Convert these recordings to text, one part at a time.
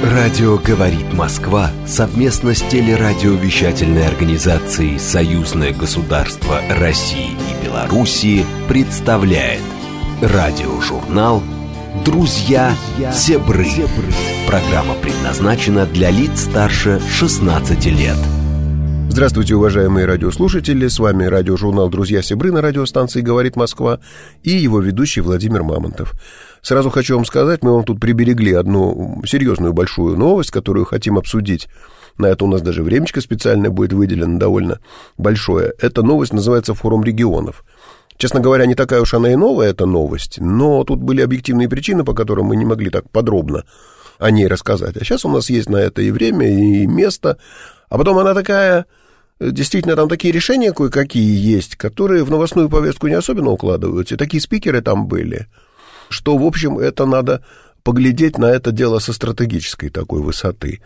Радио «Говорит Москва» совместно с телерадиовещательной организацией «Союзное государство России и Белоруссии» представляет радиожурнал «Друзья-сябры». Программа предназначена для лиц старше 16 лет. Здравствуйте, уважаемые радиослушатели. С вами радиожурнал «Друзья-сябры» на радиостанции «Говорит Москва» и его ведущий Владимир Мамонтов. Сразу хочу вам сказать, мы вам тут приберегли одну серьезную большую новость, которую хотим обсудить. На это у нас даже времечко специальное будет выделено, довольно большое. Эта новость называется «Форум регионов». Честно говоря, не такая уж она и новая, эта новость, но тут были объективные причины, по которым мы не могли так подробно о ней рассказать. А сейчас у нас есть на это и время, и место. А потом она такая... Действительно, там такие решения кое-какие есть, которые в новостную повестку не особенно укладываются. И такие спикеры там были, что, в общем, это надо поглядеть на это дело со стратегической такой высоты.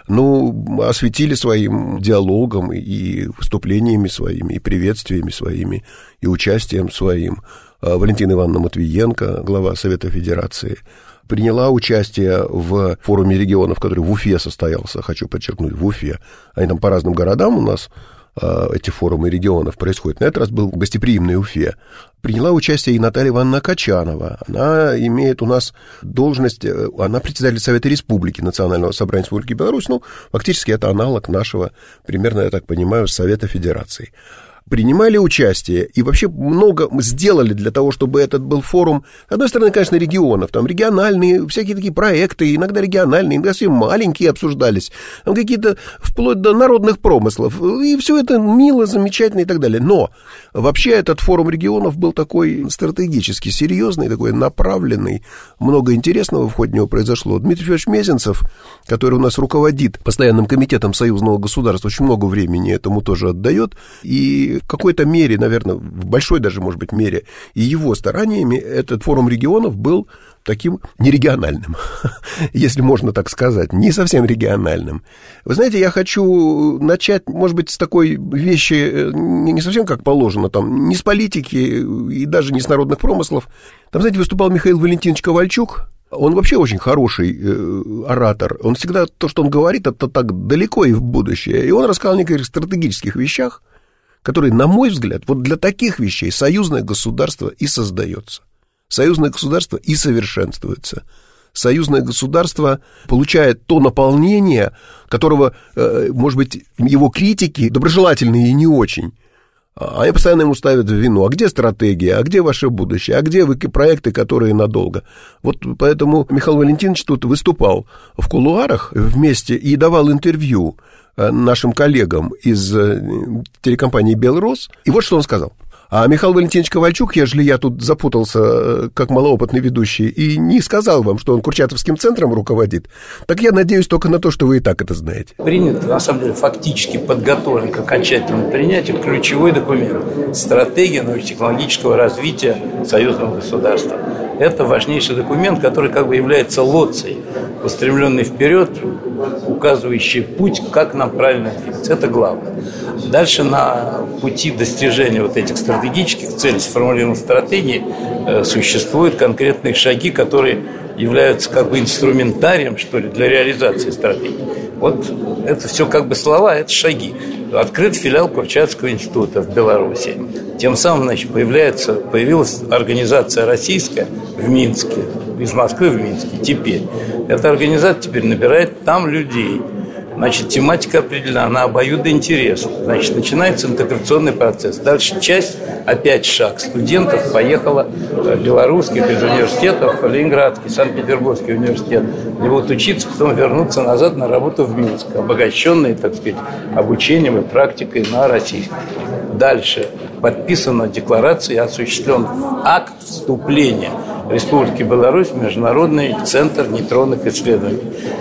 Ну, осветили своим диалогом и выступлениями своими, и приветствиями своими, и участием своим Валентина Ивановна Матвиенко, глава Совета Федерации, приняла участие в форуме регионов, который в Уфе состоялся, хочу подчеркнуть, в Уфе. Они там по разным городам у нас, эти форумы регионов происходят. На этот раз был в гостеприимной Уфе. Приняла участие и Наталья Ивановна Качанова. Она имеет у нас должность, она председатель Совета Республики, Национального собрания Республики Беларусь. Ну, фактически это аналог нашего, примерно, я так понимаю, Совета Федерации. Принимали участие и вообще много сделали для того, чтобы этот был форум, с одной стороны, конечно, регионов, там региональные, всякие такие проекты, иногда региональные, иногда все маленькие обсуждались, там какие-то вплоть до народных промыслов, и все это мило, замечательно и так далее. Но вообще этот форум регионов был такой стратегически серьезный, такой направленный, много интересного в ходе него произошло. Дмитрий Федорович Мезенцев, который у нас руководит постоянным комитетом союзного государства, очень много времени этому тоже отдает, и в какой-то мере, наверное, в большой даже, может быть, мере, и его стараниями этот форум регионов был таким нерегиональным, если можно так сказать, не совсем региональным. Вы знаете, я хочу начать, может быть, с такой вещи, не совсем как положено, там, не с политики и даже не с народных промыслов. Там, знаете, выступал Михаил Валентинович Ковальчук. Он вообще очень хороший оратор. Он всегда, то, что он говорит, это так далеко и в будущее. И он рассказал о некоторых стратегических вещах, которые, на мой взгляд, вот для таких вещей союзное государство и создается. Союзное государство и совершенствуется. Союзное государство получает то наполнение, которого, может быть, его критики, доброжелательные и не очень, они постоянно ему ставят в вину. А где стратегия? А где ваше будущее? А где вы проекты, которые надолго? Вот поэтому Михаил Валентинович тут выступал в кулуарах вместе и давал интервью нашим коллегам из телекомпании «Белрос». И вот что он сказал. А Михаил Валентинович Ковальчук, ежели я тут запутался, как малоопытный ведущий, и не сказал вам, что он Курчатовским центром руководит, так я надеюсь только на то, что вы и так это знаете. Принят, на самом деле, фактически подготовлен к окончательному принятию ключевой документ – стратегия научно-технологического развития союзного государства. Это важнейший документ, который как бы является лоцией, устремленный вперед, указывающий путь, как нам правильно двигаться. Это главное. Дальше на пути достижения вот этих стратегических целей, сформулированных стратегий, существуют конкретные шаги, которые являются как бы инструментарием, что ли, для реализации стратегии. Вот это все как бы слова, это шаги. Открыт филиал Курчатовского института в Беларуси. Тем самым, значит, появилась организация российская в Минске, из Москвы в Минске. Теперь эта организация теперь набирает там людей. Значит, тематика определена, она обоюдоинтересна. Значит, начинается интеграционный процесс. Дальше опять шаг студентов поехала белорусских из университетов, Ленинградский, Санкт-Петербургский университет, где будут учиться, потом вернуться назад на работу в Минск, обогащенные, так сказать, обучением и практикой на российском. Дальше подписана декларация и осуществлен акт вступления Республики Беларусь в Международный центр нейтронных исследований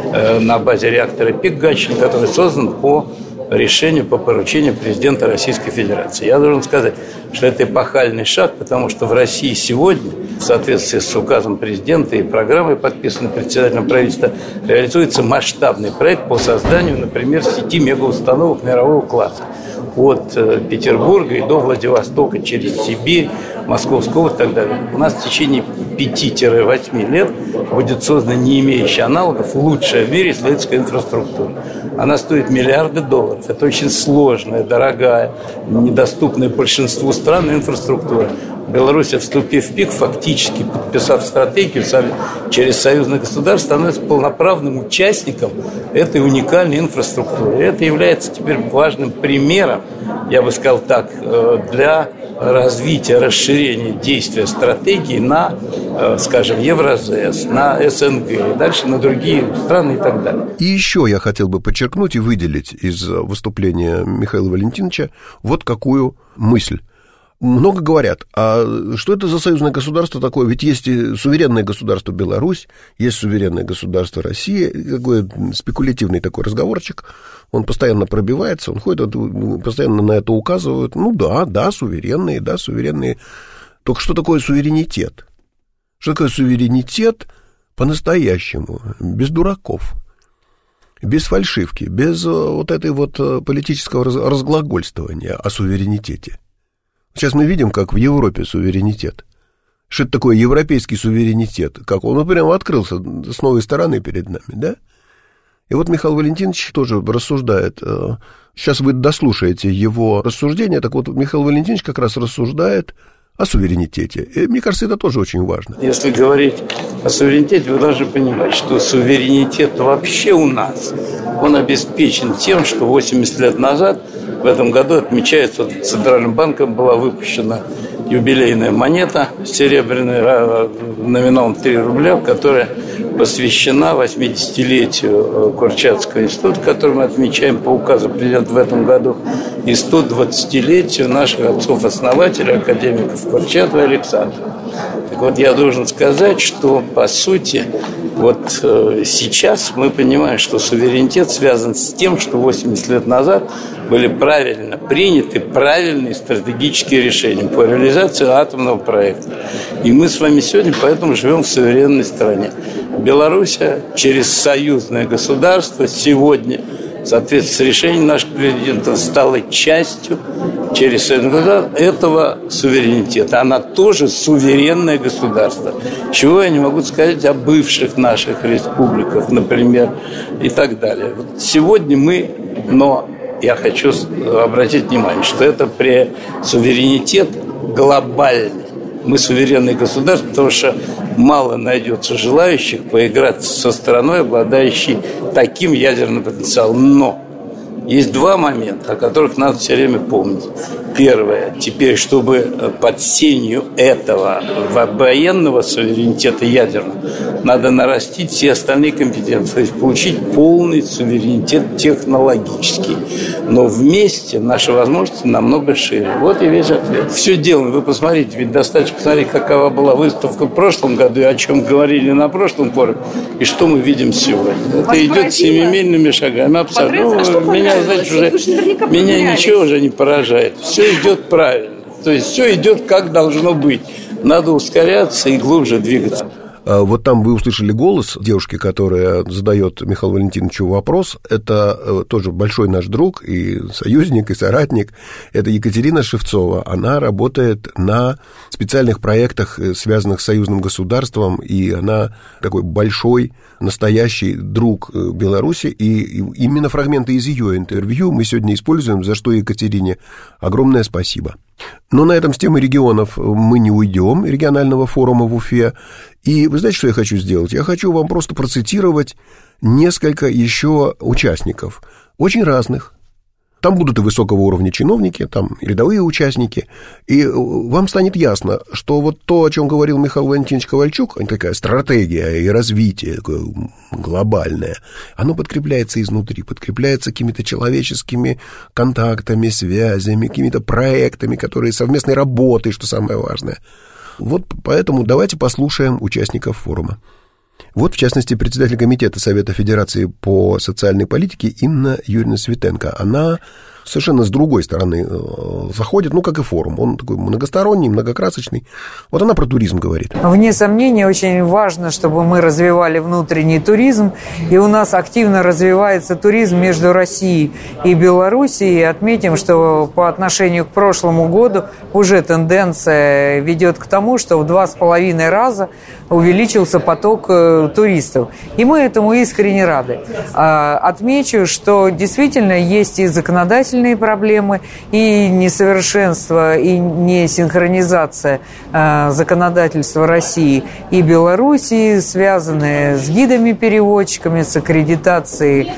на базе реактора ПИК-Гатчина, который создан по решению, по поручению президента Российской Федерации. Я должен сказать, что это эпохальный шаг, потому что в России сегодня, в соответствии с указом президента и программой, подписанной председателем правительства, реализуется масштабный проект по созданию, например, сети мегаустановок мирового класса. от Петербурга и до Владивостока, через Сибирь, Московскую область и так далее. У нас в течение 5-8 лет будет создана не имеющая аналогов лучшая в мире исследовательская инфраструктура. Она стоит миллиарды долларов. Это очень сложная, дорогая, недоступная большинству стран инфраструктура. Беларусь, вступив в ПИК, фактически подписав стратегию через союзное государство, становится полноправным участником этой уникальной инфраструктуры. И это является теперь важным примером, я бы сказал так, для развития, расширения действия стратегии на, скажем, Евразес, на СНГ, и дальше на другие страны и так далее. И еще я хотел бы подчеркнуть и выделить из выступления Михаила Валентиновича вот какую мысль. Много говорят, а что это за союзное государство такое? Ведь есть и суверенное государство Беларусь, есть суверенное государство Россия. Какой спекулятивный такой разговорчик. Он постоянно пробивается, он ходит, постоянно на это указывают. Ну да, суверенные. Только что такое суверенитет? Что такое суверенитет по-настоящему, без дураков? Без фальшивки, без вот этой вот политического разглагольствования о суверенитете. Сейчас мы видим, как в Европе суверенитет. Что это такое европейский суверенитет? Как он прямо открылся с новой стороны перед нами, да? И вот Михаил Валентинович тоже рассуждает. Сейчас вы дослушаете его рассуждения. Так вот, Михаил Валентинович как раз рассуждает о суверенитете. И мне кажется, это тоже очень важно. Если говорить о суверенитете, вы должны понимать, что суверенитет вообще у нас, он обеспечен тем, что 80 лет назад, в этом году отмечается, Центральным банком была выпущена юбилейная монета серебряная номиналом 3 рубля, которая посвящена 80-летию Курчатского института, который мы отмечаем по указу президента в этом году, и 120-летию наших отцов-основателей, академиков Курчатова и Александрова. Так вот, я должен сказать, что, по сути, вот сейчас мы понимаем, что суверенитет связан с тем, что 80 лет назад были правильно приняты правильные стратегические решения по реализации атомного проекта. И мы с вами сегодня поэтому живем в суверенной стране. Беларусь через союзное государство сегодня, в соответствии с решением наших президентов, стала частью через этого суверенитета. Она тоже суверенное государство. Чего я не могу сказать о бывших наших республиках, например, и так далее. Вот сегодня но я хочу обратить внимание, что это суверенитет глобальный. Мы суверенное государство, потому что мало найдется желающих поиграть со страной, обладающей таким ядерным потенциалом. Но есть два момента, о которых надо все время помнить. Первое. Теперь, чтобы под сенью этого военного суверенитета ядерного надо нарастить все остальные компетенции, то есть получить полный суверенитет технологический. Но вместе наши возможности намного шире. Вот и весь ответ. Все делаем. Вы посмотрите, ведь достаточно посмотреть, какова была выставка в прошлом году, и о чем говорили на прошлом форуме, и что мы видим сегодня. Это идет семимильными шагами. Абсолютно. Меня ничего уже не поражает. Все идет правильно. То есть все идет как должно быть. Надо ускоряться и глубже двигаться. Вот там вы услышали голос девушки, которая задает Михаилу Валентиновичу вопрос. Это тоже большой наш друг и союзник, и соратник. Это Екатерина Шевцова. Она работает на специальных проектах, связанных с союзным государством, и она такой большой, настоящий друг Беларуси. И именно фрагменты из ее интервью мы сегодня используем, за что Екатерине огромное спасибо. Но на этом с темы регионов мы не уйдем, регионального форума в Уфе. И вы знаете, что я хочу сделать? Я хочу вам просто процитировать несколько еще участников, очень разных. Там будут и высокого уровня чиновники, там и рядовые участники. И вам станет ясно, что вот то, о чем говорил Михаил Валентинович Ковальчук, такая стратегия и развитие такое глобальное, оно подкрепляется изнутри, подкрепляется какими-то человеческими контактами, связями, какими-то проектами, которые совместной работой, что самое важное. Вот поэтому давайте послушаем участников форума. Вот, в частности, председатель комитета Совета Федерации по социальной политике Инна Юрьевна Светенко. Она совершенно с другой стороны заходит, как и форум. Он такой многосторонний, многокрасочный. Вот она про туризм говорит. Вне сомнения, очень важно, чтобы мы развивали внутренний туризм, и у нас активно развивается туризм между Россией и Белоруссией. И отметим, что по отношению к прошлому году уже тенденция ведет к тому, что в 2,5 раза увеличился поток туристов. И мы этому искренне рады. Отмечу, что действительно есть и законодательные проблемы, и несовершенство, и несинхронизация законодательства России и Белоруссии, связанные с гидами-переводчиками, с аккредитацией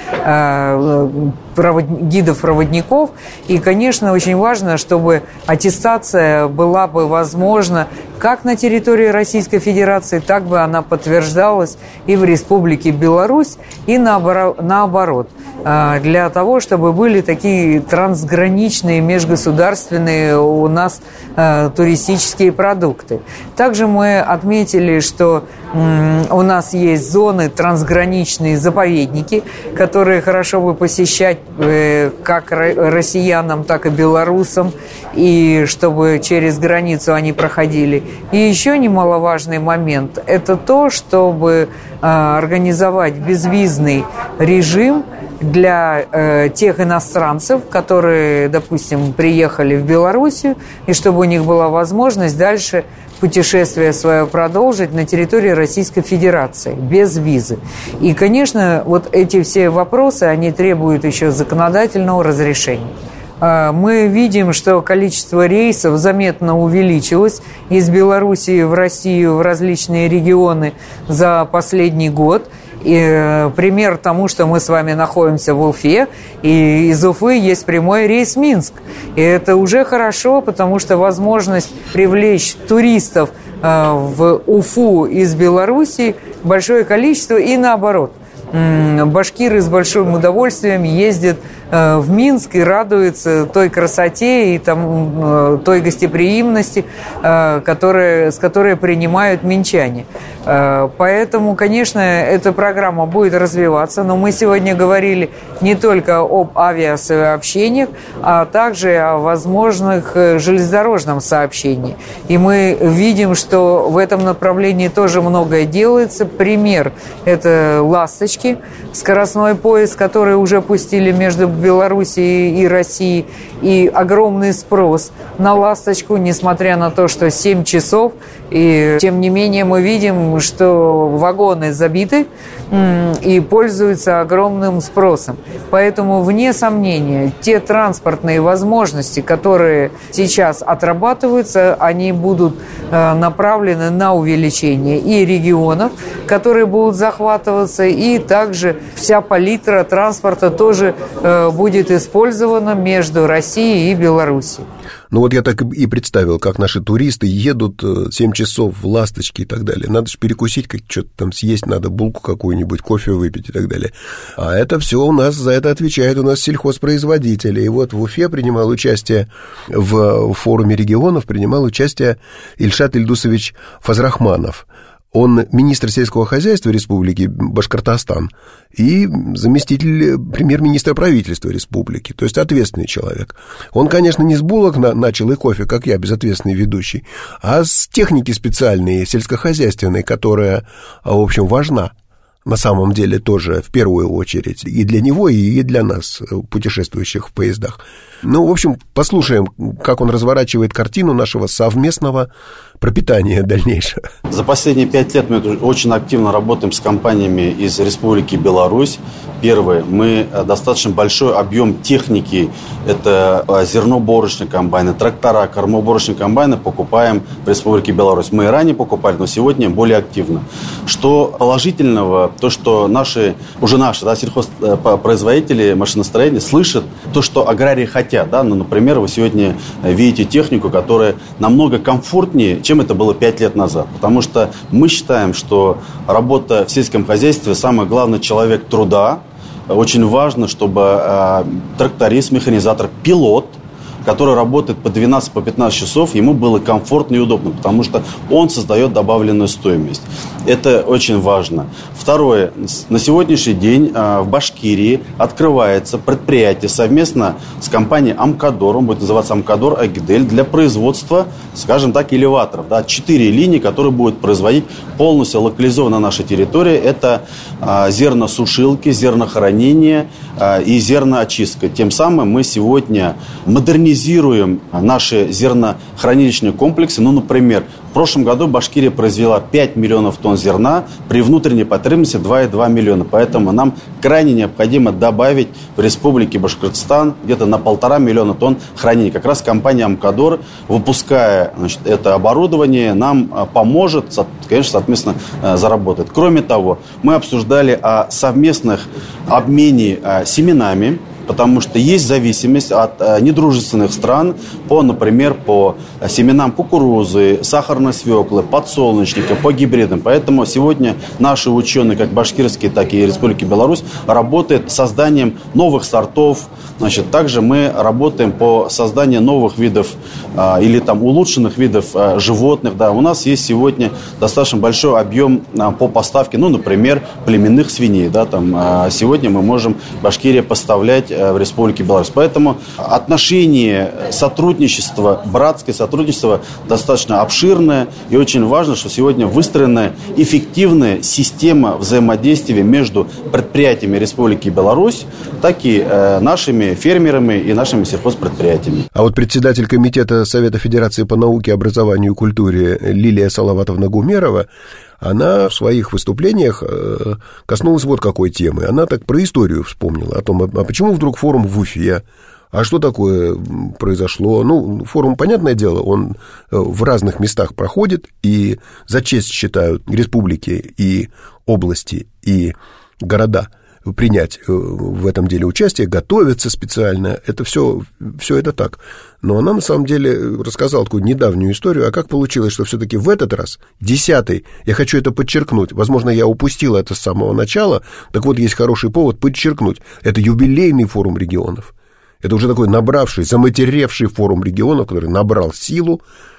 гидов-проводников. И, конечно, очень важно, чтобы аттестация была бы возможна как на территории Российской Федерации, так бы она подтверждалась и в Республике Беларусь, и наоборот, для того, чтобы были такие трансграничные, межгосударственные у нас туристические продукты. Также мы отметили, что у нас есть зоны трансграничные заповедники, которые хорошо бы посещать как россиянам, так и белорусам, и чтобы через границу они проходили. И еще немаловажный момент – это то, чтобы организовать безвизный режим для тех иностранцев, которые, допустим, приехали в Белоруссию, и чтобы у них была возможность дальше путешествие свое продолжить на территории Российской Федерации без визы. И, конечно, вот эти все вопросы, они требуют еще законодательного разрешения. Мы видим, что количество рейсов заметно увеличилось из Белоруссии в Россию в различные регионы за последний год. И пример тому, что мы с вами находимся в Уфе, и из Уфы есть прямой рейс в Минск. И это уже хорошо, потому что возможность привлечь туристов в Уфу из Белоруссии большое количество, и наоборот. Башкиры с большим удовольствием ездят в Минск и радуются той красоте и той гостеприимности, с которой принимают минчане. Поэтому, конечно, эта программа будет развиваться, но мы сегодня говорили не только об авиасообщениях, а также о возможных железнодорожном сообщении. И мы видим, что в этом направлении тоже многое делается. Пример – это «Ласточки», скоростной поезд, который уже пустили между Белоруссией и Россией, и огромный спрос на «Ласточку», несмотря на то, что 7 часов, и тем не менее мы видим, что вагоны забиты и пользуются огромным спросом. Поэтому, вне сомнения, те транспортные возможности, которые сейчас отрабатываются, они будут направлены на увеличение и регионов, которые будут захватываться, и также вся палитра транспорта тоже будет использована между Россией и Белоруссией. Ну вот я так и представил, как наши туристы едут 7 часов в «Ласточки» и так далее. Надо же перекусить, что-то там съесть, надо булку какую-нибудь, кофе выпить и так далее. А это все у нас, за это отвечают у нас сельхозпроизводители. И вот в Уфе принимал участие, в форуме регионов принимал участие Ильшат Ильдусович Фазрахманов. Он министр сельского хозяйства Республики Башкортостан и заместитель премьер-министра правительства республики, то есть ответственный человек. Он, конечно, не с булок начал и кофе, как я, безответственный ведущий, а с техники специальной, сельскохозяйственной, которая, в общем, важна. На самом деле тоже в первую очередь и для него, и для нас, путешествующих в поездах. Ну, в общем, послушаем, как он разворачивает картину нашего совместного пропитания дальнейшего. За последние 5 лет мы очень активно работаем с компаниями из Республики Беларусь. Первое, мы достаточно большой объем техники, это зерноборочные комбайны, трактора, кормоуборочные комбайны покупаем в Республике Беларусь. Мы и ранее покупали, но сегодня более активно. Что положительного, то, что наши сельхозпроизводители машиностроения слышат то, что аграрии хотят. Да? Ну, например, вы сегодня видите технику, которая намного комфортнее, чем это было 5 лет назад. Потому что мы считаем, что работа в сельском хозяйстве, самое главное, человек труда. Очень важно, чтобы тракторист, механизатор, пилот который работает по 12-15 часов, ему было комфортно и удобно, потому что он создает добавленную стоимость. Это очень важно. Второе. На сегодняшний день в Башкирии открывается предприятие совместно с компанией «Амкадор», он будет называться «Амкадор Агидель», для производства, скажем так, элеваторов. 4 линии, которые будут производить полностью локализованно на нашей территории. Это зерносушилки, зернохранение и зерноочистка. Тем самым мы сегодня модернизируем наши зернохранилищные комплексы. Например, в прошлом году Башкирия произвела 5 миллионов тонн зерна при внутренней потребности 2,2 миллиона. Поэтому нам крайне необходимо добавить в Республике Башкортостан где-то на 1,5 миллиона тонн хранения. Как раз компания «Амкадор», выпуская это оборудование, нам поможет, конечно, соответственно, заработать. Кроме того, мы обсуждали о совместных обмене семенами, потому что есть зависимость от недружественных стран например, по семенам кукурузы, сахарной свеклы, подсолнечника, по гибридам. Поэтому сегодня наши ученые, как башкирские, так и Республики Беларусь, работают с созданием новых сортов. Также мы работаем по созданию новых видов или улучшенных видов животных. У нас есть сегодня достаточно большой объем по поставке, например, племенных свиней. Сегодня мы можем Башкирия поставлять в Республике Беларусь. Поэтому отношение сотрудничества, братское сотрудничество достаточно обширное. И очень важно, что сегодня выстроена эффективная система взаимодействия между предприятиями Республики Беларусь, так и нашими фермерами и нашими сельхозпредприятиями. А вот председатель комитета Совета Федерации по науке, образованию и культуре Лилия Салаватовна Гумерова, она в своих выступлениях коснулась вот какой темы. Она так про историю вспомнила, о том, а почему вдруг форум в Уфе, а что такое произошло. Форум, понятное дело, он в разных местах проходит, и за честь считают республики и области, и города принять в этом деле участие, готовятся специально, это все это так. Но она, на самом деле, рассказала такую недавнюю историю, а как получилось, что все-таки в этот раз, 10-й, я хочу это подчеркнуть, возможно, я упустила это с самого начала, так вот, есть хороший повод подчеркнуть, это юбилейный форум регионов, это уже такой набравший, заматеревший форум регионов, который набрал силу,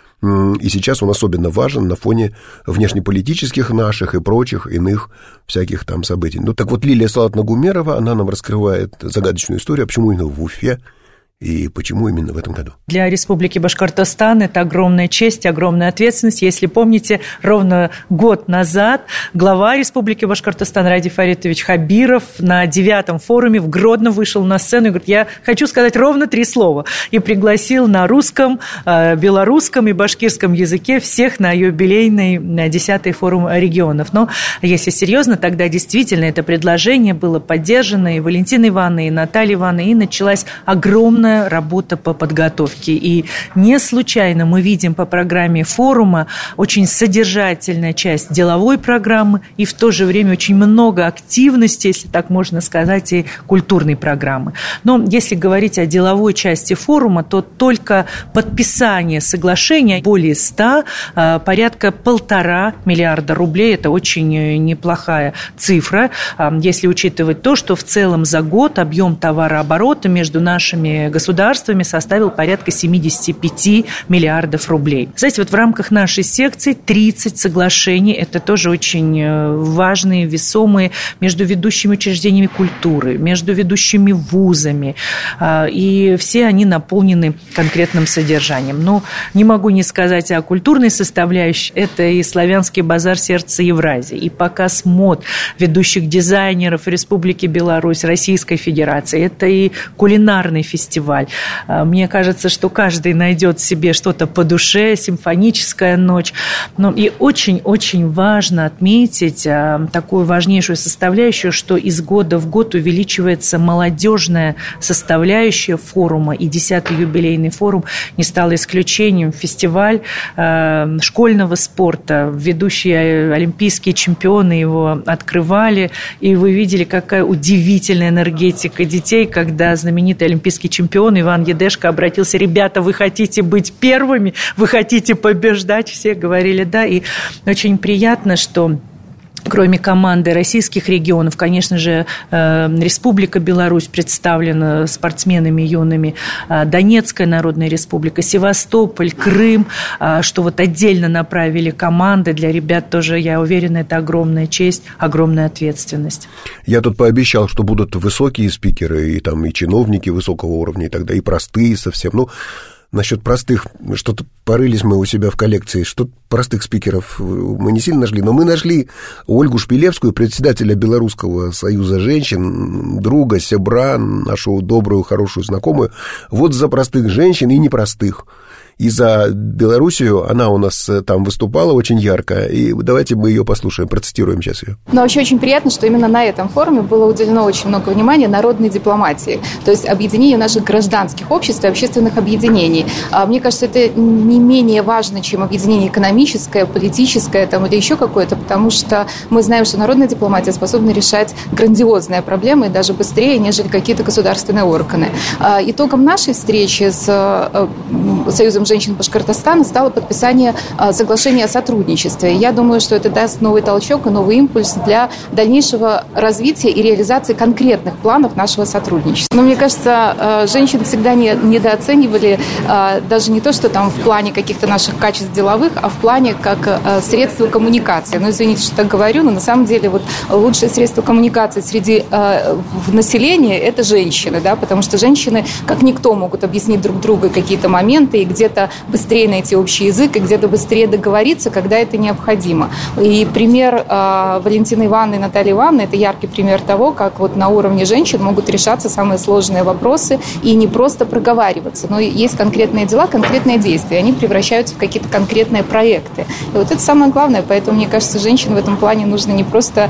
и сейчас он особенно важен на фоне внешнеполитических наших и прочих иных всяких там событий. Так вот, Лилия Салаватовна Гумерова, она нам раскрывает загадочную историю, почему именно в Уфе и почему именно в этом году. Для Республики Башкортостан это огромная честь, огромная ответственность. Если помните, ровно год назад глава Республики Башкортостан Ради Фаритович Хабиров на 9-м форуме в Гродно вышел на сцену и говорит: я хочу сказать ровно 3 слова. И пригласил на русском, белорусском и башкирском языке всех на юбилейный 10-й форум регионов. Но, если серьезно, тогда действительно это предложение было поддержано и Валентиной Ивановной, и Натальей Ивановной, и началась огромная работа по подготовке. И не случайно мы видим по программе форума очень содержательная часть деловой программы и в то же время очень много активности, если так можно сказать, и культурной программы. Но если говорить о деловой части форума, то только подписание соглашения более 100, порядка 1,5 миллиарда рублей. Это очень неплохая цифра, если учитывать то, что в целом за год объем товарооборота между нашими государствами составил порядка 75 миллиардов рублей. Знаете, вот в рамках нашей секции 30 соглашений, это тоже очень важные, весомые, между ведущими учреждениями культуры, между ведущими вузами, и все они наполнены конкретным содержанием. Но не могу не сказать о культурной составляющей. Это и славянский базар «Сердце Евразии», и показ мод ведущих дизайнеров Республики Беларусь, Российской Федерации. Это и кулинарный фестиваль. Мне кажется, что каждый найдет себе что-то по душе, симфоническая ночь. И очень-очень важно отметить такую важнейшую составляющую, что из года в год увеличивается молодежная составляющая форума, и 10-й юбилейный форум не стал исключением. Фестиваль школьного спорта, ведущие олимпийские чемпионы его открывали, и вы видели, какая удивительная энергетика детей, когда знаменитый олимпийский чемпион Иван Едешко обратился: ребята, вы хотите быть первыми, вы хотите побеждать? Все говорили да, и очень приятно, что Кроме команды российских регионов, конечно же, Республика Беларусь представлена спортсменами юными, Донецкая Народная Республика, Севастополь, Крым, что вот отдельно направили команды. Для ребят тоже, я уверена, это огромная честь, огромная ответственность. Я тут пообещал, что будут высокие спикеры, и там и чиновники высокого уровня, и тогда и простые совсем. Ну, насчет простых, что-то порылись мы у себя в коллекции, что простых спикеров мы не сильно нашли, но мы нашли Ольгу Шпилевскую, председателя Белорусского союза женщин, друга, сябра, нашу добрую, хорошую знакомую. Вот за простых женщин и непростых. И за Белоруссию она у нас там выступала очень ярко, и давайте мы ее послушаем, процитируем сейчас ее. Но вообще очень приятно, что именно на этом форуме было уделено очень много внимания народной дипломатии, то есть объединению наших гражданских обществ и общественных объединений. Мне кажется, это не менее важно, чем объединение экономическое, политическое там, или еще какое-то, потому что мы знаем, что народная дипломатия способна решать грандиозные проблемы и даже быстрее, нежели какие-то государственные органы. Итогом нашей встречи с Союзом женщин Башкортостана стало подписание соглашения о сотрудничестве. Я думаю, что это даст новый толчок и новый импульс для дальнейшего развития и реализации конкретных планов нашего сотрудничества. Но мне кажется, женщин всегда недооценивали даже не то, что там в плане каких-то наших качеств деловых, а в плане как средства коммуникации. Ну, извините, что так говорю, но на самом деле вот лучшее средство коммуникации среди населения – это женщины, да, потому что женщины, как никто, могут объяснить друг другу какие-то моменты и где-то быстрее найти общий язык и где-то быстрее договориться, когда это необходимо. И пример Валентины Ивановны и Натальи Ивановны – это яркий пример того, как вот на уровне женщин могут решаться самые сложные вопросы и не просто проговариваться, но есть конкретные дела, конкретные действия, они превращаются в какие-то конкретные проекты. И вот это самое главное, поэтому, мне кажется, женщин в этом плане нужно не просто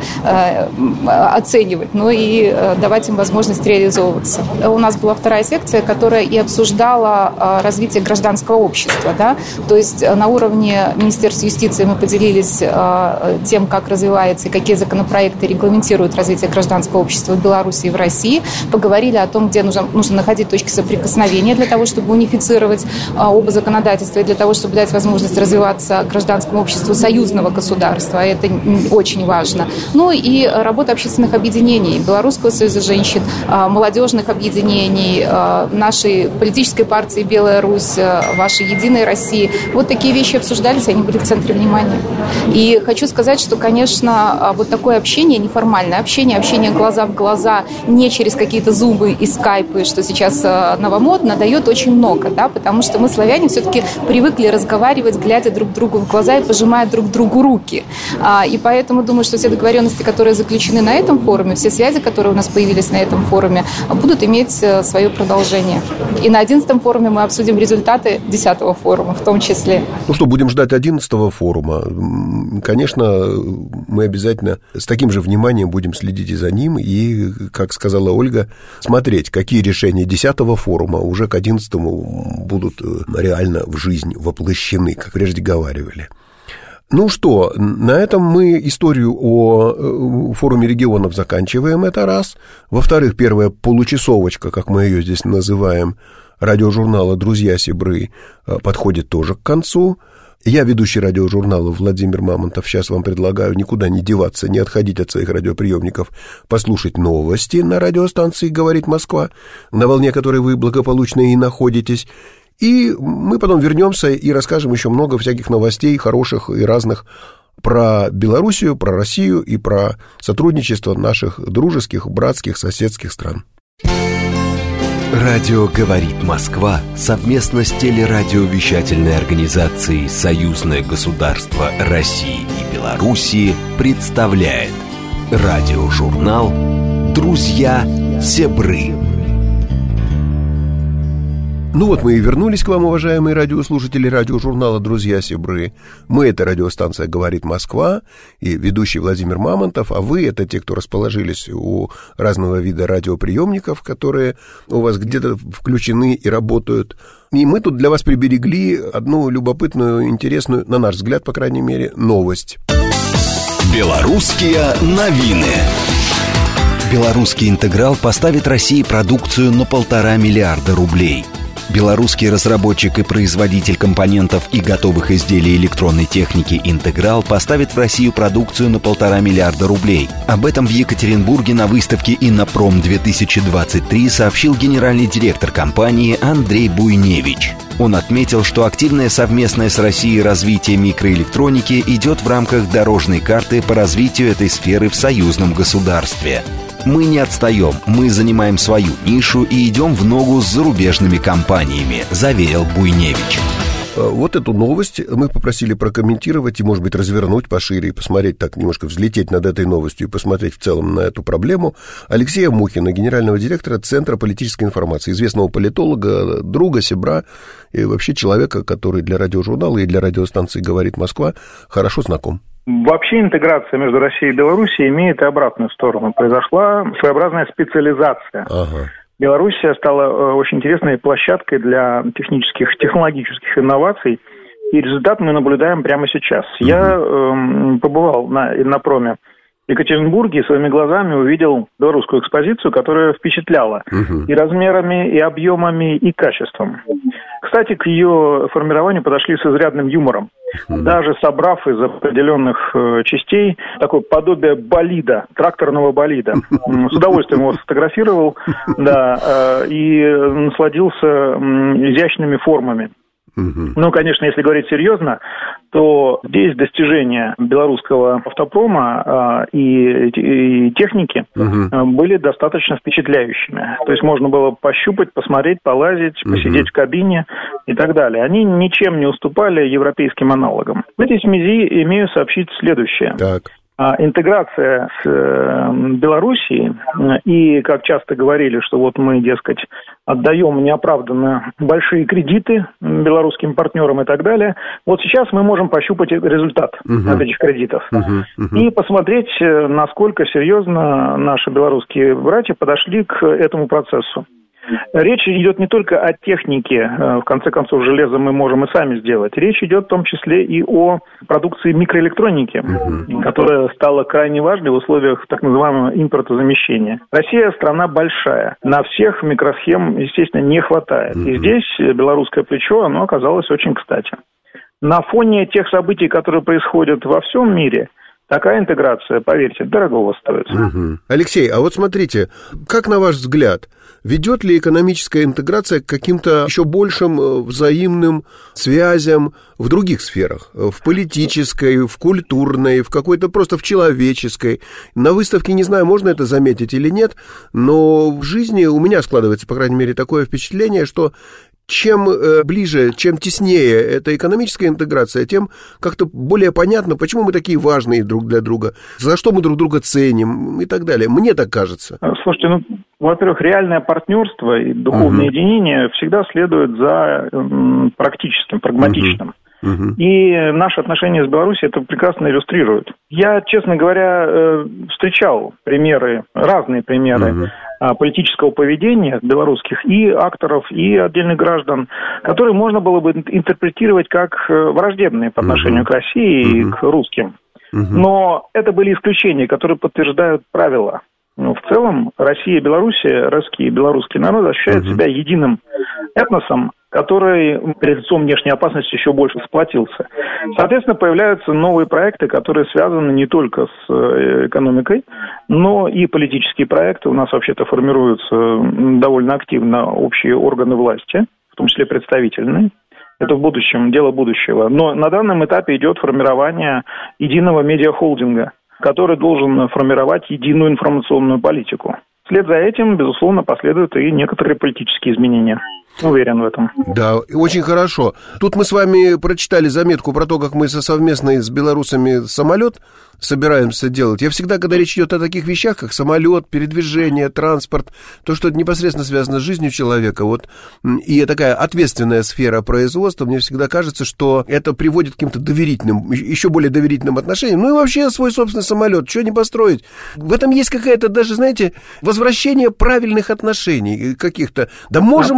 оценивать, но и давать им возможность реализовываться. У нас была вторая секция, которая и обсуждала развитие гражданского общества. Да? То есть на уровне Министерства юстиции мы поделились тем, как развивается и какие законопроекты регламентируют развитие гражданского общества в Беларуси и в России. Поговорили о том, где нужно находить точки соприкосновения для того, чтобы унифицировать оба законодательства и для того, чтобы дать возможность развиваться гражданскому обществу союзного государства. Это очень важно. Ну и работа общественных объединений, Белорусского союза женщин, молодежных объединений, нашей политической партии «Белая Русь», вашей «Единой России». Вот такие вещи обсуждались, они были в центре внимания. И хочу сказать, что, конечно, вот такое общение, неформальное общение глаза в глаза, не через какие-то зумы и скайпы, что сейчас новомодно, дает очень много, да, потому что мы, славяне, все-таки привыкли разговаривать, глядя друг другу в глаза и пожимая друг другу руки. И поэтому думаю, что все договоренности, которые заключены на этом форуме, все связи, которые у нас появились на этом форуме, будут иметь свое продолжение. И на 11-м форуме мы обсудим результаты 10-го форума в том числе. Ну что, будем ждать 11-го форума. Конечно, мы обязательно с таким же вниманием будем следить и за ним, и, как сказала Ольга, смотреть, какие решения 10-го форума уже к 11-му будут реально в жизнь воплощены, как прежде говаривали. Ну что, на этом мы историю о форуме регионов заканчиваем, это раз. Во-вторых, первая получасовочка, как мы ее здесь называем, радиожурнала «Друзья Сибры» подходит тоже к концу. Я, ведущий радиожурнала Владимир Мамонтов, сейчас вам предлагаю никуда не деваться, не отходить от своих радиоприемников, послушать новости на радиостанции «Говорит Москва», на волне которой вы благополучно и находитесь. И мы потом вернемся и расскажем еще много всяких новостей, хороших и разных, про Белоруссию, про Россию и про сотрудничество наших дружеских, братских, соседских стран. Радио «Говорит Москва» совместно с телерадиовещательной организацией «Союзное государство России и Белоруссии» представляет радиожурнал «Друзья Сибры». Ну вот мы и вернулись к вам, уважаемые радиослушатели радиожурнала «Друзья Сибры». Мы — это радиостанция «Говорит Москва» и ведущий Владимир Мамонтов, а вы — это те, кто расположились у разного вида радиоприемников, которые у вас где-то включены и работают. И мы тут для вас приберегли одну любопытную, интересную, на наш взгляд, по крайней мере, новость. Белорусские новины. Белорусский интеграл поставит России продукцию на 1,5 миллиарда рублей. Белорусский разработчик и производитель компонентов и готовых изделий электронной техники «Интеграл» поставит в Россию продукцию на 1,5 миллиарда рублей. Об этом в Екатеринбурге на выставке «Иннопром-2023» сообщил генеральный директор компании Андрей Буйневич. Он отметил, что активное совместное с Россией развитие микроэлектроники идет в рамках дорожной карты по развитию этой сферы в союзном государстве. Мы не отстаем, мы занимаем свою нишу и идем в ногу с зарубежными компаниями, заверил Буйневич. Вот эту новость мы попросили прокомментировать и, может быть, развернуть пошире и посмотреть, так немножко взлететь над этой новостью и посмотреть в целом на эту проблему. Алексея Мухина, генерального директора Центра политической информации, известного политолога, друга, сябра и вообще человека, который для радиожурнала и для радиостанции «Говорит Москва» хорошо знаком. Вообще интеграция между Россией и Белоруссией имеет и обратную сторону. Произошла своеобразная специализация. Ага. Белоруссия стала очень интересной площадкой для технологических инноваций, и результат мы наблюдаем прямо сейчас. Я побывал на Иннопроме в Екатеринбурге и своими глазами увидел белорусскую экспозицию, которая впечатляла и размерами, и объемами, и качеством. Кстати, к ее формированию подошли с изрядным юмором. Даже собрав из определенных частей такое подобие болида, тракторного болида. С удовольствием его сфотографировал, да, и насладился изящными формами. Ну, конечно, если говорить серьезно, то здесь достижения белорусского автопрома и техники были достаточно впечатляющими. То есть можно было пощупать, посмотреть, полазить, посидеть в кабине и так далее. Они ничем не уступали европейским аналогам. В этой связи имею сообщить следующее. Так. Интеграция с Белоруссией, и, как часто говорили, что вот мы, дескать, отдаем неоправданно большие кредиты белорусским партнерам и так далее, вот сейчас мы можем пощупать результат от этих кредитов и посмотреть, насколько серьезно наши белорусские братья подошли к этому процессу. Речь идет не только о технике, в конце концов, железо мы можем и сами сделать. Речь идет в том числе и о продукции микроэлектроники, которая стала крайне важной в условиях так называемого импортозамещения. Россия страна большая, на всех микросхем, естественно, не хватает. И здесь белорусское плечо, оно оказалось очень кстати. На фоне тех событий, которые происходят во всем мире, такая интеграция, поверьте, дорогого стоит. Алексей, а вот смотрите, как на ваш взгляд, ведет ли экономическая интеграция к каким-то еще большим взаимным связям в других сферах? В политической, в культурной, в какой-то просто в человеческой? На выставке, не знаю, можно это заметить или нет, но в жизни у меня складывается, по крайней мере, такое впечатление, что чем ближе, чем теснее эта экономическая интеграция, тем как-то более понятно, почему мы такие важные друг для друга, за что мы друг друга ценим и так далее. Мне так кажется. Слушайте, во-первых, реальное партнерство и духовное единение всегда следует за практическим, прагматичным. И наши отношения с Беларусью это прекрасно иллюстрируют. Я, честно говоря, встречал разные примеры политического поведения белорусских и акторов, и отдельных граждан, которые можно было бы интерпретировать как враждебные по отношению к России и к русским. Но это были исключения, которые подтверждают правила. В целом Россия и Белоруссия, русский и белорусский народ ощущают себя единым этносом, который перед лицом внешней опасности еще больше сплотился. Соответственно, появляются новые проекты, которые связаны не только с экономикой, но и политические проекты. У нас вообще-то формируются довольно активно общие органы власти, в том числе представительные. Это в будущем, дело будущего. Но на данном этапе идет формирование единого медиахолдинга, который должен формировать единую информационную политику. Вслед за этим, безусловно, последуют и некоторые политические изменения. Уверен в этом. Да, очень хорошо. Тут мы с вами прочитали заметку про то, как мы совместно с белорусами самолет собираемся делать. Я всегда, когда речь идет о таких вещах, как самолет, передвижение, транспорт, то, что это непосредственно связано с жизнью человека, вот, и такая ответственная сфера производства, мне всегда кажется, что это приводит к каким-то доверительным, еще более доверительным отношениям. Ну и вообще свой собственный самолет, что не построить? В этом есть какая-то даже, знаете, возвращение правильных отношений каких-то. Да можем мы самолет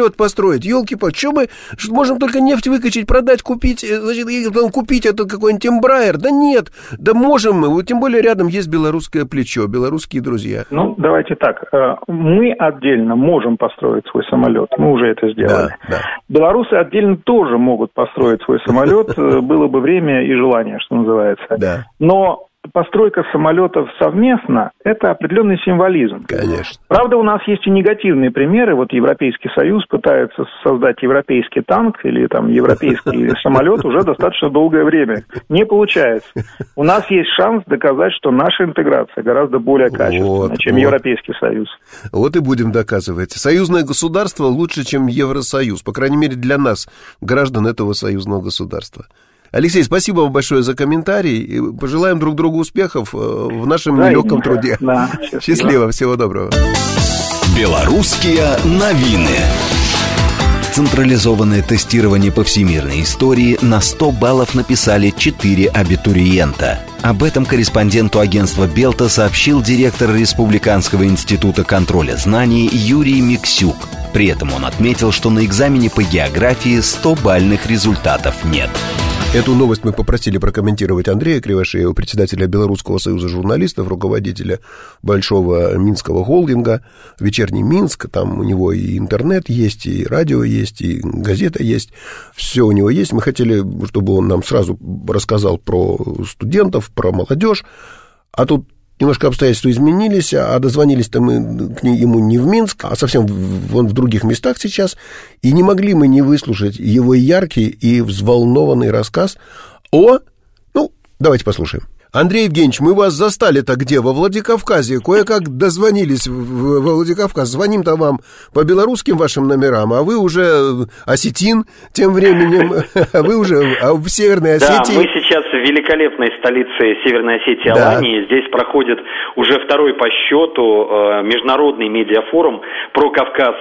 самолет построить. Ёлки-палки, что мы можем только нефть выкачать, продать, купить, значит, купить этот какой-нибудь Embraer? Да нет, да можем мы. Вот тем более рядом есть белорусское плечо, белорусские друзья. Ну, давайте так. Мы отдельно можем построить свой самолет. Мы уже это сделали. Да. Белорусы отдельно тоже могут построить свой самолет. Было бы время и желание, что называется. Да. Но постройка самолетов совместно – это определенный символизм. Конечно. Правда, у нас есть и негативные примеры. Вот Европейский Союз пытается создать европейский танк или там европейский самолет уже достаточно долгое время. Не получается. У нас есть шанс доказать, что наша интеграция гораздо более качественная, чем Европейский Союз. Вот и будем доказывать. Союзное государство лучше, чем Евросоюз. По крайней мере, для нас, граждан этого союзного государства. Алексей, спасибо вам большое за комментарий. И пожелаем друг другу успехов в нашем нелегком труде. Да, счастливо, всего доброго. Белорусские новины. Централизованное тестирование по всемирной истории на 100 баллов написали 4 абитуриента. Об этом корреспонденту агентства «Белта» сообщил директор Республиканского института контроля знаний Юрий Миксюк. При этом он отметил, что на экзамене по географии 100-бальных результатов нет. Эту новость мы попросили прокомментировать Андрея Кривошеева, председателя Белорусского союза журналистов, руководителя большого минского холдинга «Вечерний Минск». Там у него и интернет есть, и радио есть, и газета есть. Все у него есть. Мы хотели, чтобы он нам сразу рассказал про студентов, про молодежь. А тут немножко обстоятельства изменились, а дозвонились-то мы ему не в Минск, а совсем вон в других местах сейчас, и не могли мы не выслушать его яркий и взволнованный рассказ давайте послушаем. Андрей Евгеньевич, мы вас застали-то где? Во Владикавказе. Кое-как дозвонились в Владикавказ. Звоним-то вам по белорусским вашим номерам, а вы уже осетин тем временем. Вы уже в Северной Осетии. Да, мы сейчас в великолепной столице Северной Осетии, Алании. Здесь проходит уже второй по счету международный медиафорум «Про Кавказ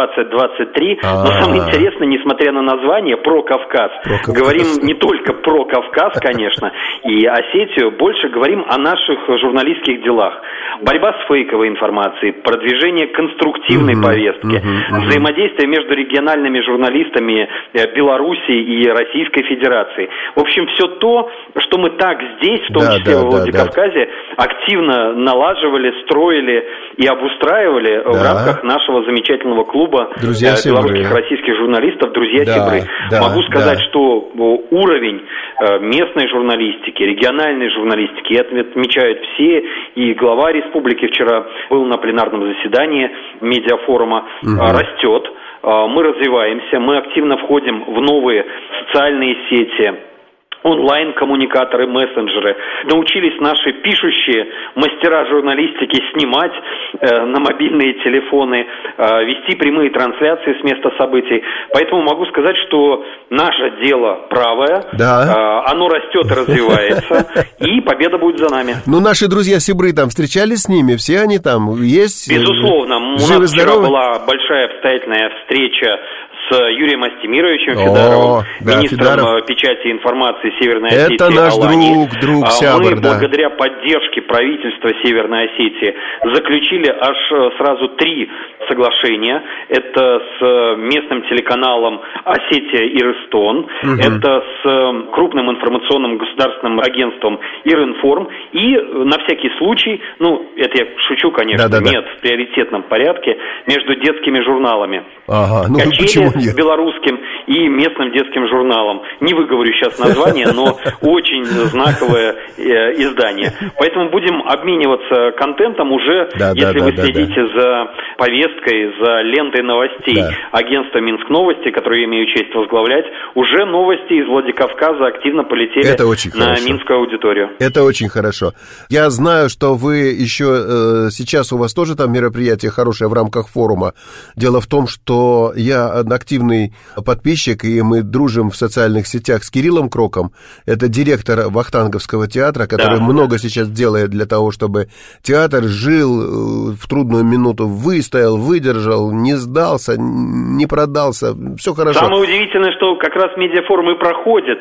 2023». Но самое интересное, несмотря на название «Про Кавказ», говорим не только про Кавказ, конечно, и Осетию, больше говорим о наших журналистских делах. Борьба с фейковой информацией, продвижение конструктивной повестки, взаимодействие между региональными журналистами Беларуси и Российской Федерации. В общем, все то, что мы так здесь, в том числе во Владикавказе, активно налаживали, строили и обустраивали в рамках нашего замечательного клуба белорусских российских журналистов «Друзья-сибры». Могу сказать, что уровень местной журналистики, региональной журналистики, это отмечают все, и глава республики вчера был на пленарном заседании медиафорума, растет, мы развиваемся, мы активно входим в новые социальные сети, онлайн-коммуникаторы, мессенджеры. Научились наши пишущие мастера журналистики снимать на мобильные телефоны, вести прямые трансляции с места событий. Поэтому могу сказать, что наше дело правое, оно растет и развивается, и победа будет за нами. Ну, наши друзья-сибры там встречались с ними, все они там есть? Безусловно. У нас вчера была большая обстоятельная встреча с Юрием Астемировичем Федаровым, министром печати и информации Северной Осетии. Это наш друг Сябр, Мы, благодаря поддержке правительства Северной Осетии, заключили аж сразу 3 соглашения. Это с местным телеканалом «Осетия Ирыстон», это с крупным информационным государственным агентством «Иринформ», и на всякий случай, это я шучу, конечно, нет, в приоритетном порядке, между детскими журналами. «Качели» с белорусским и местным детским журналом. Не выговорю сейчас название, но очень знаковое издание. Поэтому будем обмениваться контентом уже, если вы следите за повесткой, за лентой новостей агентства «Минск Новости», которое я имею честь возглавлять, уже новости из Владикавказа активно полетели на минскую аудиторию. Это очень хорошо. Я знаю, что вы еще сейчас у вас тоже там мероприятие хорошее в рамках форума. Дело в том, что я активный подписчик, и мы дружим в социальных сетях с Кириллом Кроком. Это директор Вахтанговского театра, который много сейчас делает для того, чтобы театр жил в трудную минуту, выстоял, выдержал, не сдался, не продался. Все хорошо. Самое удивительное, что как раз медиафорум и проходит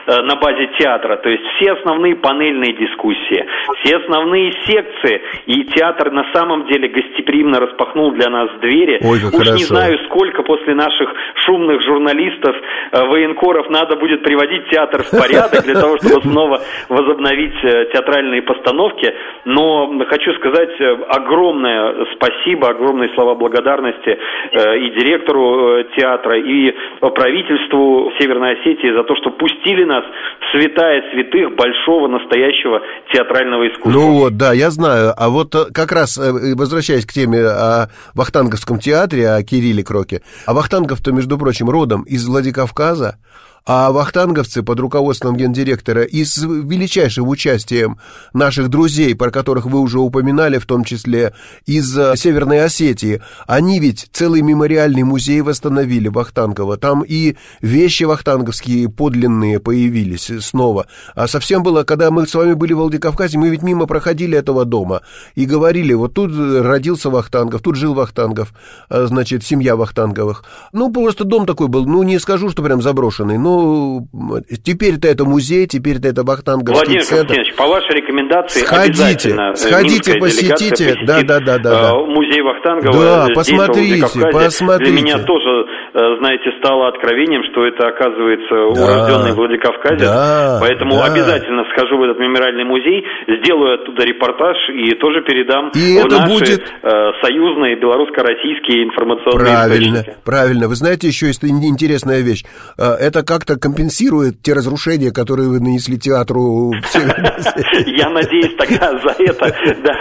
на базе театра. То есть все основные панельные дискуссии, все основные секции. И театр на самом деле гостеприимно распахнул для нас двери. Ой, как Уж хорошо. не знаю, сколько после наших шумных журналистов, военкоров надо будет приводить театр в порядок для того, чтобы снова возобновить театральные постановки. Но хочу сказать огромное спасибо, огромные слова благодарности и директору театра, и правительству Северной Осетии за то, что пустили нас в святая святых большого настоящего театрального искусства. Ну вот, да, я знаю. А вот как раз, возвращаясь к теме о Вахтанговском театре, о Кирилле Кроке, а Вахтангов-то, между прочим, родом из Владикавказа, а вахтанговцы под руководством гендиректора и с величайшим участием наших друзей, про которых вы уже упоминали, в том числе из Северной Осетии, они ведь целый мемориальный музей восстановили Вахтангова. Там и вещи вахтанговские подлинные появились снова. А совсем было, когда мы с вами были в Владикавказе, мы ведь мимо проходили этого дома и говорили, вот тут родился Вахтангов, тут жил Вахтангов, значит, семья Вахтанговых. Ну, просто дом такой был, ну, не скажу, что прям заброшенный, но теперь-то это музей, теперь-то это Вахтанговский Владимир центр. Константинович, по вашей рекомендации обязательно сходите, посетите. Да. Музей Вахтангова. Да, здесь, посмотрите. Для меня тоже, знаете, стало откровением, что это, оказывается, урожденный в Владикавказе. Поэтому обязательно схожу в этот мемориальный музей, сделаю оттуда репортаж и тоже передам в наши союзные белорусско-российские информационные источники. Правильно. Вы знаете, еще есть интересная вещь. Это как-то компенсирует те разрушения, которые вы нанесли театру в Северной Осетии. Я надеюсь, тогда за это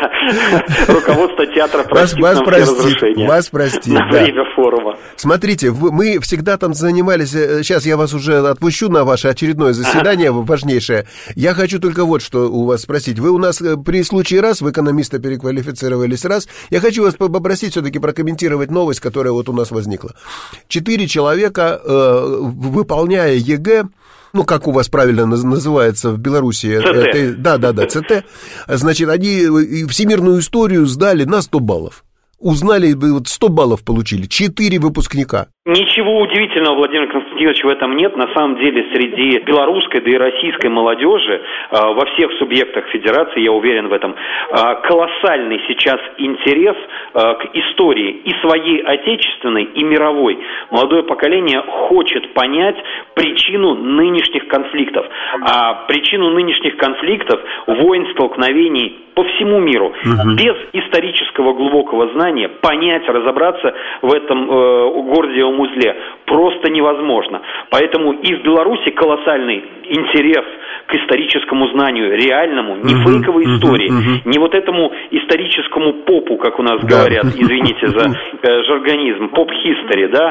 руководство театра простит нам все разрушения. Вас простит, на время форума. Смотрите, мы всегда там занимались. Сейчас я вас уже отпущу на ваше очередное заседание важнейшее. Я хочу только вот что у вас спросить. Вы у нас при случае раз в экономиста переквалифицировались раз. Я хочу вас попросить все-таки прокомментировать новость, которая вот у нас возникла. 4 человека, выполняя ЕГЭ, ну, как у вас правильно называется в Беларуси? ЦТ. Да, ЦТ. Значит, они всемирную историю сдали на 100 баллов. Узнали, 100 баллов получили, 4 выпускника. Ничего удивительного, Владимир Константинович, в этом нет. На самом деле, среди белорусской, да и российской молодежи, во всех субъектах федерации, я уверен в этом, колоссальный сейчас интерес к истории и своей отечественной, и мировой. Молодое поколение хочет понять причину нынешних конфликтов. А причину нынешних конфликтов, войн, столкновений по всему миру, без исторического глубокого знания понять, разобраться в этом гордиевом узле просто невозможно. Поэтому и в Беларуси колоссальный интерес к историческому знанию, реальному, не фейковой истории, не вот этому историческому попу, как у нас говорят, извините за жаргонизм, поп-хистори, да,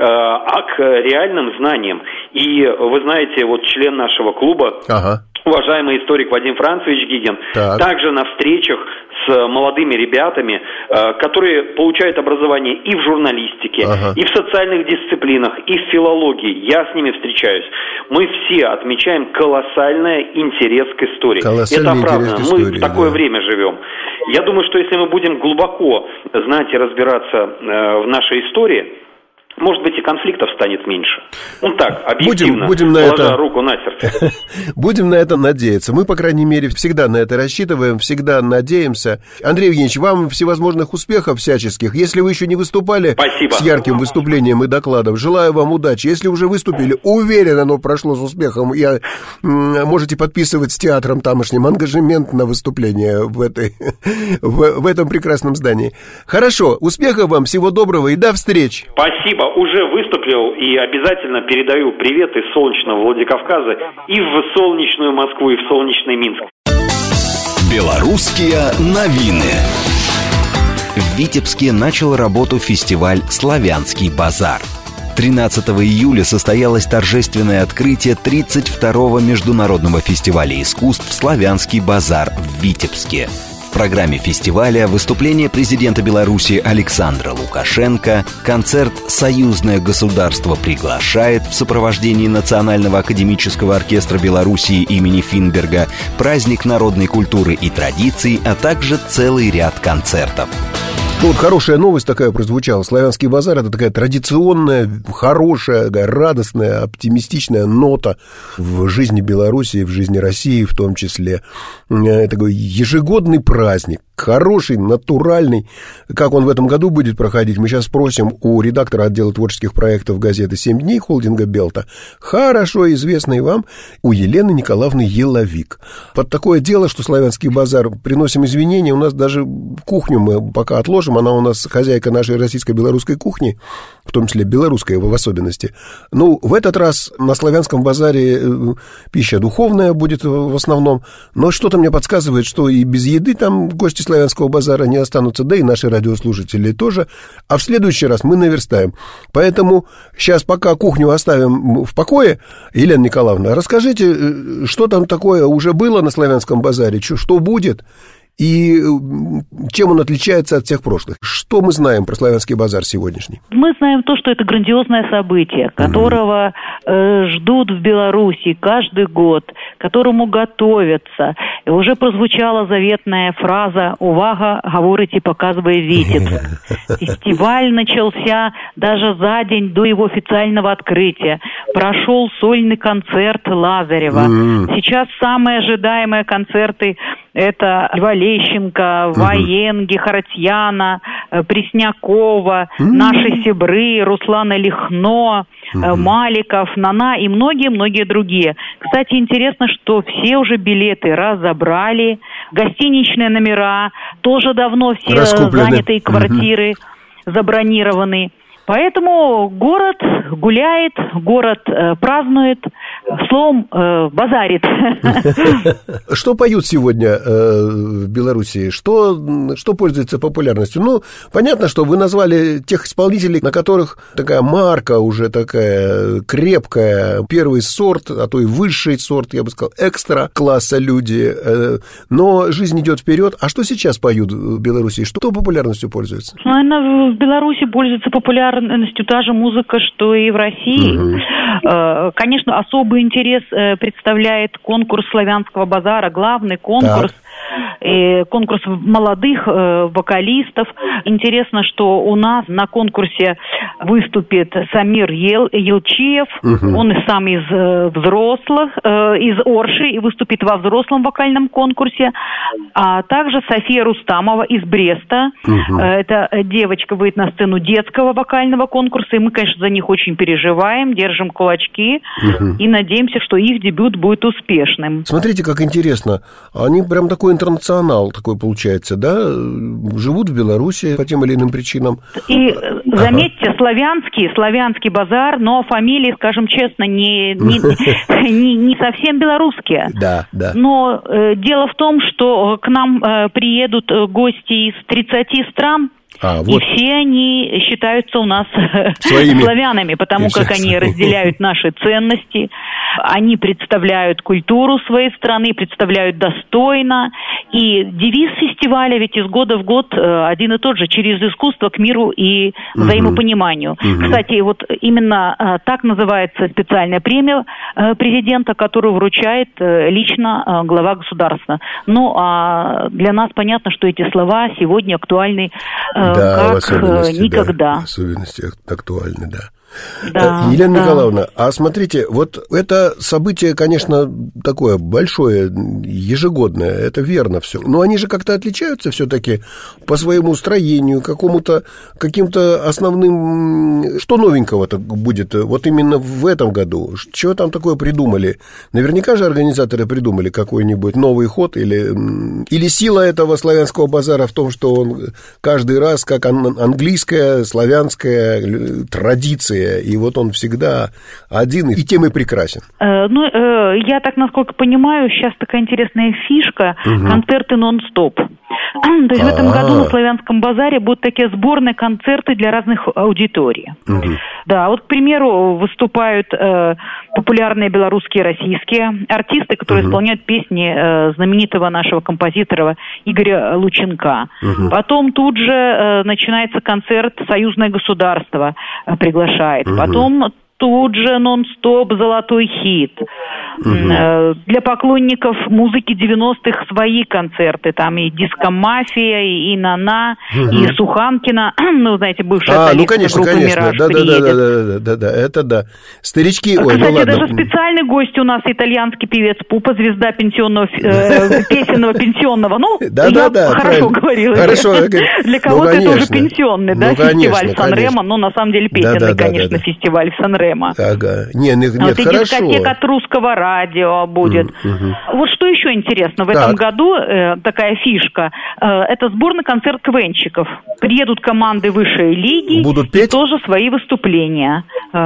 а к реальным знаниям. И вы знаете, вот член нашего клуба, уважаемый историк Вадим Францевич Гигин, также на встречах с молодыми ребятами, которые получают образование и в журналистике, и в социальных дисциплинах, и в филологии. Я с ними встречаюсь. Мы все отмечаем колоссальный интерес к истории. Это оправдано. Мы в такое время живем. Я думаю, что если мы будем глубоко знать и разбираться в нашей истории, может быть, и конфликтов станет меньше. Ну так, объективно, положа руку на сердце. Будем на это надеяться. Мы, по крайней мере, всегда на это рассчитываем, всегда надеемся. Андрей Евгеньевич, вам всевозможных успехов всяческих. Если вы еще не выступали с ярким выступлением и докладом, желаю вам удачи. Если уже выступили, уверен, оно прошло с успехом. Можете подписывать с театром тамошним ангажемент на выступление в этом прекрасном здании. Хорошо, успехов вам, всего доброго и до встречи. Спасибо. Уже выступил и обязательно передаю привет из солнечного Владикавказа и в солнечную Москву, и в солнечный Минск. Белорусские новины. В Витебске начал работу фестиваль «Славянский базар». 13 июля состоялось торжественное открытие 32-го международного фестиваля искусств «Славянский базар» в Витебске. В программе фестиваля выступление президента Беларуси Александра Лукашенко, концерт «Союзное государство приглашает» в сопровождении Национального академического оркестра Белоруссии имени Финберга, праздник народной культуры и традиций, а также целый ряд концертов. Ну, вот хорошая новость такая прозвучала. Славянский базар – это такая традиционная, хорошая, радостная, оптимистичная нота в жизни Беларуси, в жизни России в том числе. Такой ежегодный праздник, хороший, натуральный. Как он в этом году будет проходить, мы сейчас спросим у редактора отдела творческих проектов газеты «7 дней» холдинга «Белта», хорошо известной вам, у Елены Николаевны Еловик. Под такое дело, что Славянский базар, приносим извинения, у нас даже кухню мы пока отложим, она у нас хозяйка нашей российско-белорусской кухни, в том числе белорусской в особенности. Ну, в этот раз на Славянском базаре пища духовная будет в основном, но что-то мне подсказывает, что и без еды там гости Славянского базара не останутся, да и наши радиослушатели тоже, а в следующий раз мы наверстаем. Поэтому сейчас пока кухню оставим в покое. Елена Николаевна, расскажите, что там такое уже было на Славянском базаре, что будет и чем он отличается от всех прошлых. Что мы знаем про Славянский базар сегодняшний? Мы знаем то, что это грандиозное событие, которого ждут в Беларуси каждый год, к которому готовятся. И уже прозвучала заветная фраза «Увага, говорите, показывая, видит». Фестиваль начался даже за день до его официального открытия. Прошел сольный концерт Лазарева. Сейчас самые ожидаемые концерты – это Льва Лещенко, Военги, Харатьяна, Преснякова, наши сябры, Руслана Лихно, Маликов, Нана и многие-многие другие. Кстати, интересно, что все уже билеты разобрали, гостиничные номера, тоже давно все занятые квартиры забронированы. Поэтому город гуляет, город празднует, словом, базарит. Что поют сегодня в Беларуси? Что пользуется популярностью? Ну, понятно, что вы назвали тех исполнителей, на которых такая марка уже такая крепкая, первый сорт, а то и высший сорт, я бы сказал, экстра класса люди. Но жизнь идет вперед. А что сейчас поют в Беларуси? Что популярностью пользуется? Наверное, в Беларуси пользуется популярностью та же музыка, что и в России. Конечно, особый интерес представляет конкурс Славянского базара, главный конкурс. Конкурс молодых вокалистов. Интересно, что у нас на конкурсе выступит Самир Елчиев. Он и сам из взрослых, из Орши, и выступит во взрослом вокальном конкурсе. А также София Рустамова из Бреста. Эта девочка выйдет на сцену детского вокального конкурса. И мы, конечно, за них очень переживаем, держим кулачки и надеемся, что их дебют будет успешным. Смотрите, как интересно. Они прям такой интернационал такой получается, да? Живут в Беларуси по тем или иным причинам. И заметьте, славянский базар, но фамилии, скажем честно, не совсем белорусские. Да. Но дело в том, что к нам приедут гости из 30 стран. И все они считаются у нас славянами, потому как они разделяют наши ценности, они представляют культуру своей страны, представляют достойно. И девиз фестиваля ведь из года в год один и тот же: через искусство к миру и взаимопониманию. Кстати, вот именно так называется специальная премия президента, которую вручает лично глава государства. Ну, а для нас понятно, что эти слова сегодня актуальны как никогда. В особенности актуальны, да. Елена Николаевна, а смотрите, вот это событие, конечно, такое большое, ежегодное, это верно все, но они же как-то отличаются все-таки по своему строению, каким-то основным... Что новенького-то будет вот именно в этом году? Чего там такое придумали? Наверняка же организаторы придумали какой-нибудь новый ход или сила этого славянского базара в том, что он каждый раз как английская, славянская традиция, и вот он всегда один, и тем и прекрасен. Я так, насколько понимаю, сейчас такая интересная фишка, концерты нон-стоп. То есть в этом году на Славянском базаре будут такие сборные концерты для разных аудиторий. Да, вот, к примеру, выступают популярные белорусские и российские артисты, которые исполняют песни знаменитого нашего композитора Игоря Лученка. Потом тут же начинается концерт «Союзное государство» приглашает. Потом тут же нон-стоп золотой хит. Для поклонников музыки 90-х свои концерты. Там и «Диско-мафия», и «Нана», и Суханкина. Ну, знаете, бывшая солистка группы «Мираж» приедет. Да, это да. Старички... Кстати, даже специальный гость у нас итальянский певец Пупа, звезда пенсионного, песенного пенсионного. Ну, я хорошо говорила. Для кого-то это уже пенсионный, да, фестиваль Сан-Ремо. Ну, на самом деле, песенный, конечно, фестиваль Сан-Ремо. Ага. Нет, хорошо. И дискотека от русского радио будет. Вот что еще интересно, в этом году такая фишка, это сборный концерт КВНщиков. Приедут команды высшей лиги, будут петь? И тоже свои выступления.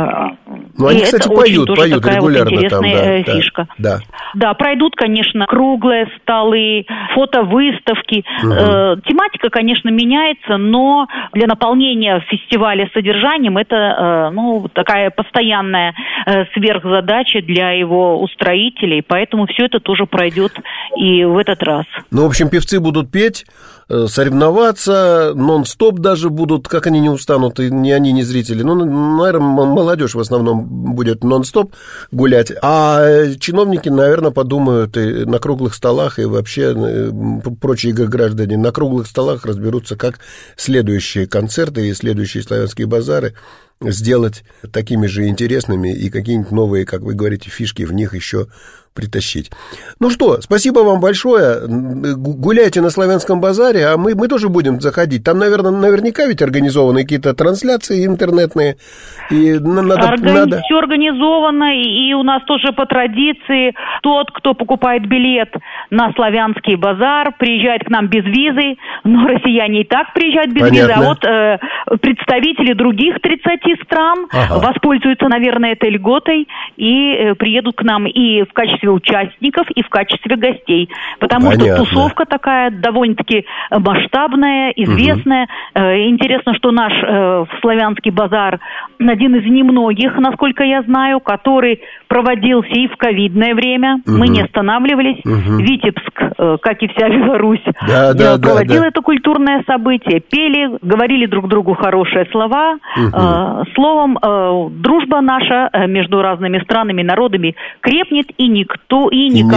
Ну, они, кстати, поют такая регулярно вот интересная там, фишка. Да, пройдут, конечно, круглые столы, фотовыставки. Тематика, конечно, меняется, но для наполнения фестиваля содержанием это, такая постоянная сверхзадача для его устроителей, поэтому все это тоже пройдет и в этот раз. Ну, в общем, певцы будут петь, соревноваться, нон-стоп даже будут, как они не устанут, и ни они, ни зрители. Ну, наверное, молодежь в основном будет нон-стоп гулять, а чиновники, наверное, подумают и на круглых столах, и вообще прочие граждане на круглых столах разберутся, как следующие концерты и следующие славянские базары сделать такими же интересными и какие-нибудь новые, как вы говорите, фишки в них еще притащить. Ну что, спасибо вам большое. Гуляйте на Славянском базаре, а мы тоже будем заходить. Там, наверняка ведь организованы какие-то трансляции интернетные. И надо... Все организовано, и у нас тоже по традиции тот, кто покупает билет на Славянский базар, приезжает к нам без визы, но россияне и так приезжают без визы, а вот представители других 30 стран воспользуются, наверное, этой льготой и приедут к нам и в качестве участников, и в качестве гостей. Потому что тусовка такая довольно-таки масштабная, известная. Интересно, что наш Славянский базар один из немногих, насколько я знаю, который проводился и в ковидное время. Мы не останавливались. Витебск, как и вся Беларусь, проводил это культурное событие. Пели, говорили друг другу хорошие слова. Словом, дружба наша между разными странами, народами крепнет, и никому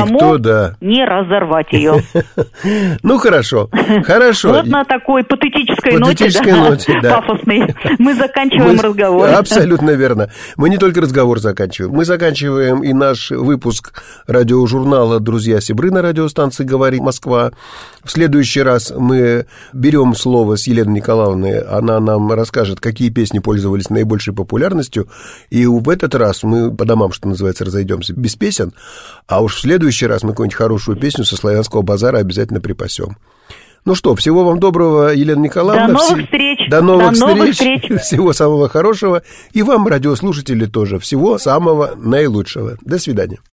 не разорвать ее. Ну, хорошо. Вот на такой патетической ноте, пафосной, мы заканчиваем разговор. Абсолютно верно. Мы не только разговор заканчиваем, мы заканчиваем и наш выпуск радиожурнала «Друзья Сибры» на радиостанции «Говорит Москва». В следующий раз мы берем слово с Еленой Николаевной, она нам расскажет, какие песни пользовались наибольшей популярностью, и в этот раз мы по домам, что называется, разойдемся без песен, а уж в следующий раз мы какую-нибудь хорошую песню со Славянского базара обязательно припасем. Ну что, всего вам доброго, Елена Николаевна. До новых встреч. До новых встреч. Всего самого хорошего. И вам, радиослушатели, тоже всего самого наилучшего. До свидания.